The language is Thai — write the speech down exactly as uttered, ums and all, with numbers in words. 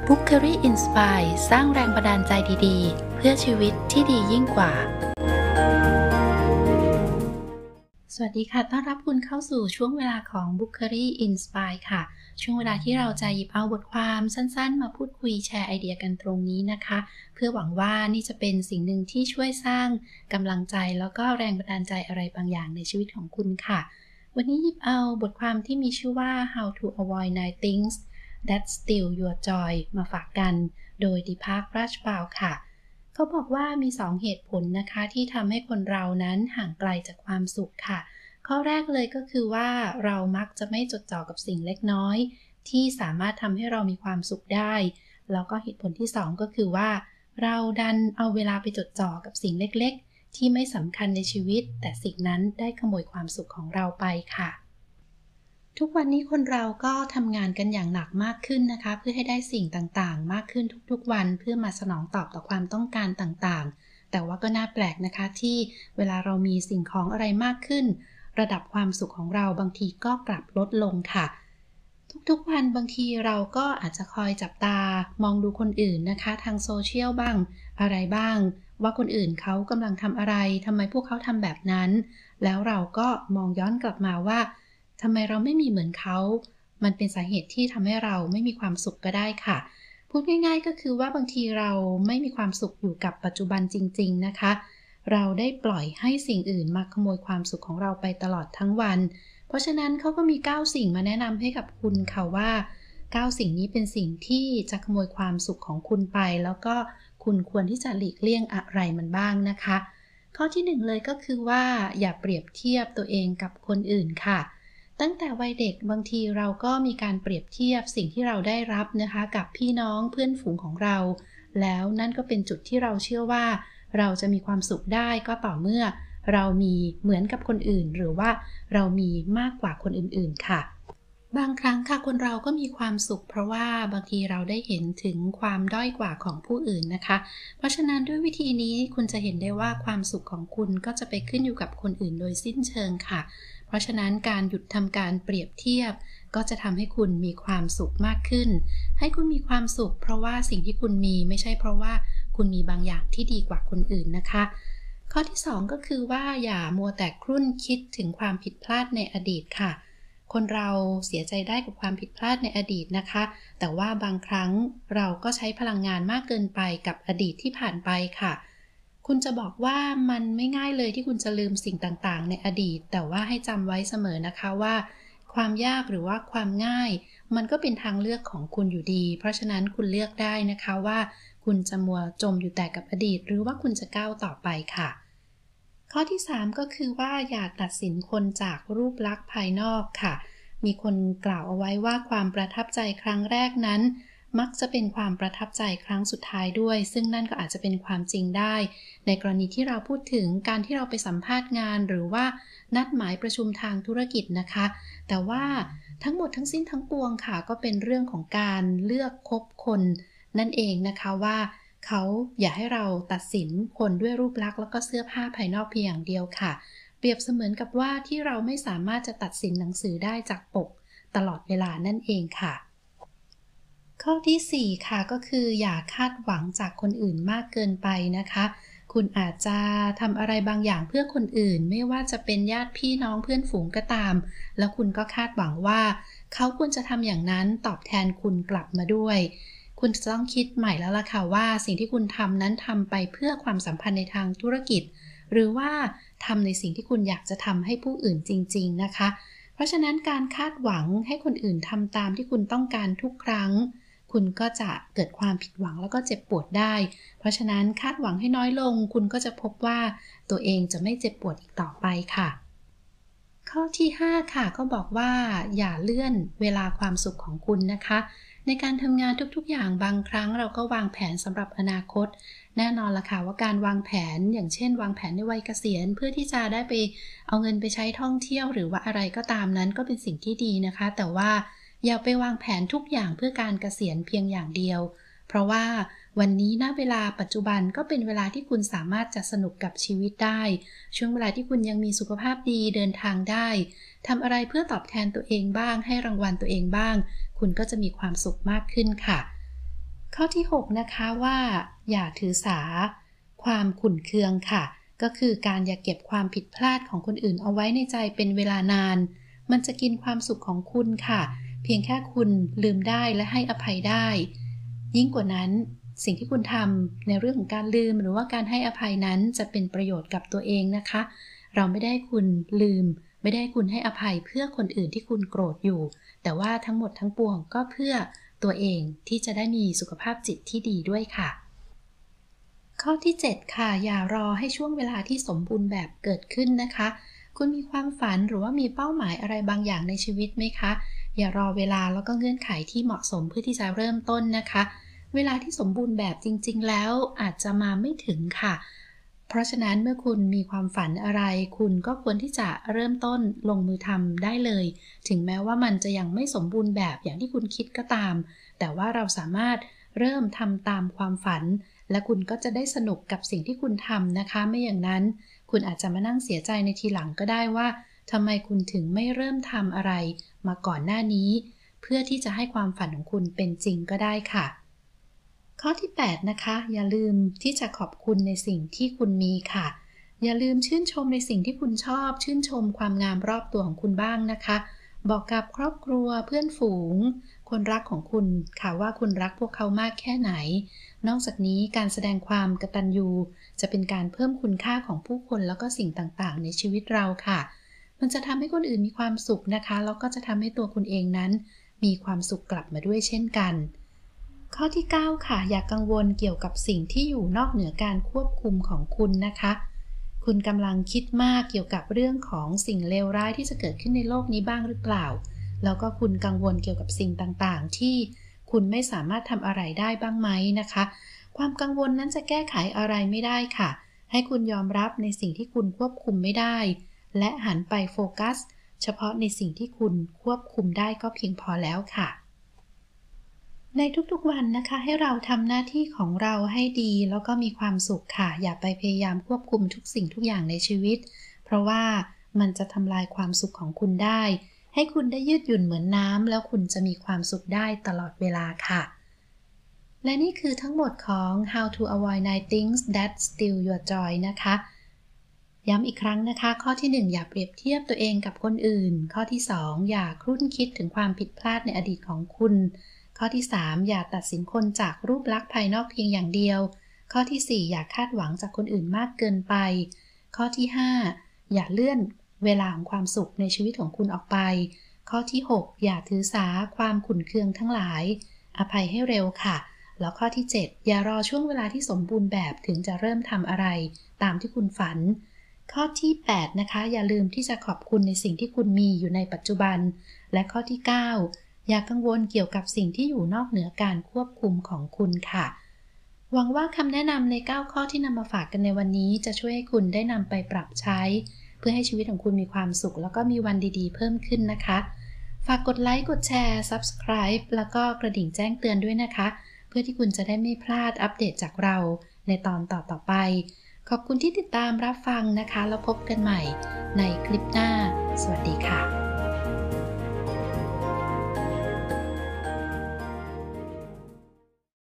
Bookery Inspire สร้างแรงบันดาลใจดีๆเพื่อชีวิตที่ดียิ่งกว่าสวัสดีค่ะต้อนรับคุณเข้าสู่ช่วงเวลาของ Bookery Inspire ค่ะช่วงเวลาที่เราจะหยิบเอาบทความสั้นๆมาพูดคุยแชร์ไอเดียกันตรงนี้นะคะเพื่อหวังว่านี่จะเป็นสิ่งหนึ่งที่ช่วยสร้างกำลังใจแล้วก็แรงบันดาลใจอะไรบางอย่างในชีวิตของคุณค่ะวันนี้หยิบเอาบทความที่มีชื่อว่า How to Avoid Nine Things That Steal Your Joy มาฝากกันโดยดิภาค ราชปาวค่ะเขาบอกว่ามีสองเหตุผลนะคะที่ทำให้คนเรานั้นห่างไกลจากความสุขค่ะข้อแรกเลยก็คือว่าเรามักจะไม่จดจ่อกับสิ่งเล็กน้อยที่สามารถทำให้เรามีความสุขได้แล้วก็เหตุผลที่สองก็คือว่าเราดันเอาเวลาไปจดจ่อกับสิ่งเล็กๆที่ไม่สำคัญในชีวิตแต่สิ่งนั้นได้ขโมยความสุขของเราไปค่ะทุกวันนี้คนเราก็ทำงานกันอย่างหนักมากขึ้นนะคะเพื่อให้ได้สิ่งต่างๆมากขึ้นทุกๆวันเพื่อมาสนองตอบต่อความต้องการต่างๆแต่ว่าก็น่าแปลกนะคะที่เวลาเรามีสิ่งของอะไรมากขึ้นระดับความสุขของเราบางทีก็กลับลดลงค่ะทุกๆวันบางทีเราก็อาจจะคอยจับตามองดูคนอื่นนะคะทางโซเชียลบ้างอะไรบ้างว่าคนอื่นเขากำลังทำอะไรทำไมพวกเขาทำแบบนั้นแล้วเราก็มองย้อนกลับมาว่าทำไมเราไม่มีเหมือนเขามันเป็นสาเหตุที่ทำให้เราไม่มีความสุขก็ได้ค่ะพูดง่ายๆก็คือว่าบางทีเราไม่มีความสุขอยู่กับปัจจุบันจริงๆนะคะเราได้ปล่อยให้สิ่งอื่นมาขโมยความสุขของเราไปตลอดทั้งวันเพราะฉะนั้นเขาก็มีเก้าสิ่งมาแนะนำให้กับคุณค่ะว่าเก้าสิ่งนี้เป็นสิ่งที่จะขโมยความสุขของคุณไปแล้วก็คุณควรที่จะหลีกเลี่ยงอะไรมันบ้างนะคะข้อที่หนึ่งเลยก็คือว่าอย่าเปรียบเทียบตัวเองกับคนอื่นค่ะตั้งแต่วัยเด็กบางทีเราก็มีการเปรียบเทียบสิ่งที่เราได้รับนะคะกับพี่น้องเพื่อนฝูงของเราแล้วนั่นก็เป็นจุดที่เราเชื่อว่าเราจะมีความสุขได้ก็ต่อเมื่อเรามีเหมือนกับคนอื่นหรือว่าเรามีมากกว่าคนอื่นๆค่ะบางครั้งค่ะคนเราก็มีความสุขเพราะว่าบางทีเราได้เห็นถึงความด้อยกว่าของผู้อื่นนะคะเพราะฉะนั้นด้วยวิธีนี้คุณจะเห็นได้ว่าความสุขของคุณก็จะไปขึ้นอยู่กับคนอื่นโดยสิ้นเชิงค่ะเพราะฉะนั้นการหยุดทำการเปรียบเทียบก็จะทำให้คุณมีความสุขมากขึ้นให้คุณมีความสุขเพราะว่าสิ่งที่คุณมีไม่ใช่เพราะว่าคุณมีบางอย่างที่ดีกว่าคนอื่นนะคะข้อที่สองก็คือว่าอย่ามัวแต่ครุ่นคิดถึงความผิดพลาดในอดีตค่ะคนเราเสียใจได้กับความผิดพลาดในอดีตนะคะแต่ว่าบางครั้งเราก็ใช้พลังงานมากเกินไปกับอดีตที่ผ่านไปค่ะคุณจะบอกว่ามันไม่ง่ายเลยที่คุณจะลืมสิ่งต่างๆในอดีตแต่ว่าให้จำไว้เสมอนะคะว่าความยากหรือว่าความง่ายมันก็เป็นทางเลือกของคุณอยู่ดีเพราะฉะนั้นคุณเลือกได้นะคะว่าคุณจะมัวจมอยู่แต่กับอดีตหรือว่าคุณจะก้าวต่อไปค่ะข้อที่สามก็คือว่าอย่าตัดสินคนจากรูปลักษณ์ภายนอกค่ะมีคนกล่าวเอาไว้ว่าความประทับใจครั้งแรกนั้นมักจะเป็นความประทับใจครั้งสุดท้ายด้วยซึ่งนั่นก็อาจจะเป็นความจริงได้ในกรณีที่เราพูดถึงการที่เราไปสัมภาษณ์งานหรือว่านัดหมายประชุมทางธุรกิจนะคะแต่ว่าทั้งหมดทั้งสิ้นทั้งปวงค่ะก็เป็นเรื่องของการเลือกคบคนนั่นเองนะคะว่าเขาอย่าให้เราตัดสินคนด้วยรูปลักษณ์แล้วก็เสื้อผ้าภายนอกเพียงอย่างเดียวค่ะเปรียบเสมือนกับว่าที่เราไม่สามารถจะตัดสินหนังสือได้จากปกตลอดเวลานั่นเองค่ะข้อที่สี่ค่ะก็คืออย่าคาดหวังจากคนอื่นมากเกินไปนะคะคุณอาจจะทำอะไรบางอย่างเพื่อคนอื่นไม่ว่าจะเป็นญาติพี่น้องเพื่อนฝูงก็ตามแล้วคุณก็คาดหวังว่าเขาควรจะทำอย่างนั้นตอบแทนคุณกลับมาด้วยคุณจะต้องคิดใหม่แล้วล่ะค่ะว่าสิ่งที่คุณทำนั้นทำไปเพื่อความสัมพันธ์ในทางธุรกิจหรือว่าทำในสิ่งที่คุณอยากจะทำให้ผู้อื่นจริงๆนะคะเพราะฉะนั้นการคาดหวังให้คนอื่นทำตามที่คุณต้องการทุกครั้งคุณก็จะเกิดความผิดหวังแล้วก็เจ็บปวดได้เพราะฉะนั้นคาดหวังให้น้อยลงคุณก็จะพบว่าตัวเองจะไม่เจ็บปวดอีกต่อไปค่ะข้อที่ห้าค่ะก็บอกว่าอย่าเลื่อนเวลาความสุขของคุณนะคะในการทำงานทุกๆอย่างบางครั้งเราก็วางแผนสำหรับอนาคตแน่นอนล่ะค่ะว่าการวางแผนอย่างเช่นวางแผนในวัยเกษียณเพื่อที่จะได้ไปเอาเงินไปใช้ท่องเที่ยวหรือว่าอะไรก็ตามนั้นก็เป็นสิ่งที่ดีนะคะแต่ว่าอย่าไปวางแผนทุกอย่างเพื่อการเกษียณเพียงอย่างเดียวเพราะว่าวันนี้ณเวลาปัจจุบันก็เป็นเวลาที่คุณสามารถจะสนุกกับชีวิตได้ช่วงเวลาที่คุณยังมีสุขภาพดีเดินทางได้ทำอะไรเพื่อตอบแทนตัวเองบ้างให้รางวัลตัวเองบ้างคุณก็จะมีความสุขมากขึ้นค่ะข้อที่หกนะคะว่าอย่าถือสาความขุ่นเคืองค่ะก็คือการอย่าเก็บความผิดพลาดของคนอื่นเอาไว้ในใจเป็นเวลานานมันจะกินความสุขของคุณค่ะเพียงแค่คุณลืมได้และให้อภัยได้ยิ่งกว่านั้นสิ่งที่คุณทำในเรื่องของการลืมหรือว่าการให้อภัยนั้นจะเป็นประโยชน์กับตัวเองนะคะเราไม่ได้คุณลืมไม่ได้คุณให้อภัยเพื่อคนอื่นที่คุณโกรธอยู่แต่ว่าทั้งหมดทั้งปวงก็เพื่อตัวเองที่จะได้มีสุขภาพจิตที่ดีด้วยค่ะข้อที่เจ็ดค่ะอย่ารอให้ช่วงเวลาที่สมบูรณ์แบบเกิดขึ้นนะคะคุณมีความฝันหรือว่ามีเป้าหมายอะไรบางอย่างในชีวิตไหมคะอย่ารอเวลาแล้วก็เงื่อนไขที่เหมาะสมเพื่อที่จะเริ่มต้นนะคะเวลาที่สมบูรณ์แบบจริงๆแล้วอาจจะมาไม่ถึงค่ะเพราะฉะนั้นเมื่อคุณมีความฝันอะไรคุณก็ควรที่จะเริ่มต้นลงมือทำได้เลยถึงแม้ว่ามันจะยังไม่สมบูรณ์แบบอย่างที่คุณคิดก็ตามแต่ว่าเราสามารถเริ่มทำตามความฝันและคุณก็จะได้สนุกกับสิ่งที่คุณทำนะคะไม่อย่างนั้นคุณอาจจะมานั่งเสียใจในทีหลังก็ได้ว่าทำไมคุณถึงไม่เริ่มทำอะไรมาก่อนหน้านี้เพื่อที่จะให้ความฝันของคุณเป็นจริงก็ได้ค่ะข้อที่แปดนะคะอย่าลืมที่จะขอบคุณในสิ่งที่คุณมีค่ะอย่าลืมชื่นชมในสิ่งที่คุณชอบชื่นชมความงามรอบตัวของคุณบ้างนะคะบอกกับครอบครัวเพื่อนฝูงคนรักของคุณค่ะว่าคุณรักพวกเขามากแค่ไหนนอกจากนี้การแสดงความกตัญญูจะเป็นการเพิ่มคุณค่าของผู้คนแล้วก็สิ่งต่างๆในชีวิตเราค่ะมันจะทำให้คนอื่นมีความสุขนะคะแล้วก็จะทำให้ตัวคุณเองนั้นมีความสุขกลับมาด้วยเช่นกันข้อที่เก้าค่ะอย่ากังวลเกี่ยวกับสิ่งที่อยู่นอกเหนือการควบคุมของคุณนะคะคุณกำลังคิดมากเกี่ยวกับเรื่องของสิ่งเลวร้ายที่จะเกิดขึ้นในโลกนี้บ้างหรือเปล่าแล้วก็คุณกังวลเกี่ยวกับสิ่งต่างๆที่คุณไม่สามารถทำอะไรได้บ้างไหมนะคะความกังวลนั้นจะแก้ไขอะไรไม่ได้ค่ะให้คุณยอมรับในสิ่งที่คุณควบคุมไม่ได้และหันไปโฟกัสเฉพาะในสิ่งที่คุณควบคุมได้ก็เพียงพอแล้วค่ะในทุกๆวันนะคะให้เราทำหน้าที่ของเราให้ดีแล้วก็มีความสุขค่ะอย่าไปพยายามควบคุมทุกสิ่งทุกอย่างในชีวิตเพราะว่ามันจะทำลายความสุขของคุณได้ให้คุณได้ยืดหยุ่นเหมือนน้ำแล้วคุณจะมีความสุขได้ตลอดเวลาค่ะและนี่คือทั้งหมดของ How to Avoid Nine Things That Steal Your Joy นะคะย้ำอีกครั้งนะคะข้อที่หนึ่งอย่าเปรียบเทียบตัวเองกับคนอื่นข้อที่สองอย่าครุ่นคิดถึงความผิดพลาดในอดีตของคุณข้อที่สามอย่าตัดสินคนจากรูปลักษณ์ภายนอกเพียงอย่างเดียวข้อที่สี่อย่าคาดหวังจากคนอื่นมากเกินไปข้อที่ห้าอย่าเลื่อนเวลาของความสุขในชีวิตของคุณออกไปข้อที่หกอย่าถือสาความขุ่นเคืองทั้งหลายอภัยให้เร็วค่ะแล้วข้อที่เจ็ดอย่ารอช่วงเวลาที่สมบูรณ์แบบถึงจะเริ่มทำอะไรตามที่คุณฝันข้อที่แปดนะคะอย่าลืมที่จะขอบคุณในสิ่งที่คุณมีอยู่ในปัจจุบันและข้อที่เก้าอย่ากังวลเกี่ยวกับสิ่งที่อยู่นอกเหนือการควบคุมของคุณค่ะหวังว่าคำแนะนำในเก้าข้อที่นำมาฝากกันในวันนี้จะช่วยให้คุณได้นำไปปรับใช้เพื่อให้ชีวิตของคุณมีความสุขแล้วก็มีวันดีๆเพิ่มขึ้นนะคะฝากกดไลค์กดแชร์ Subscribe แล้วก็กระดิ่งแจ้งเตือนด้วยนะคะเพื่อที่คุณจะได้ไม่พลาดอัปเดตจากเราในตอนต่อๆไปขอบคุณที่ติดตามรับฟังนะคะแล้วพบกันใหม่ในคลิปหน้าสวัสดีค่ะ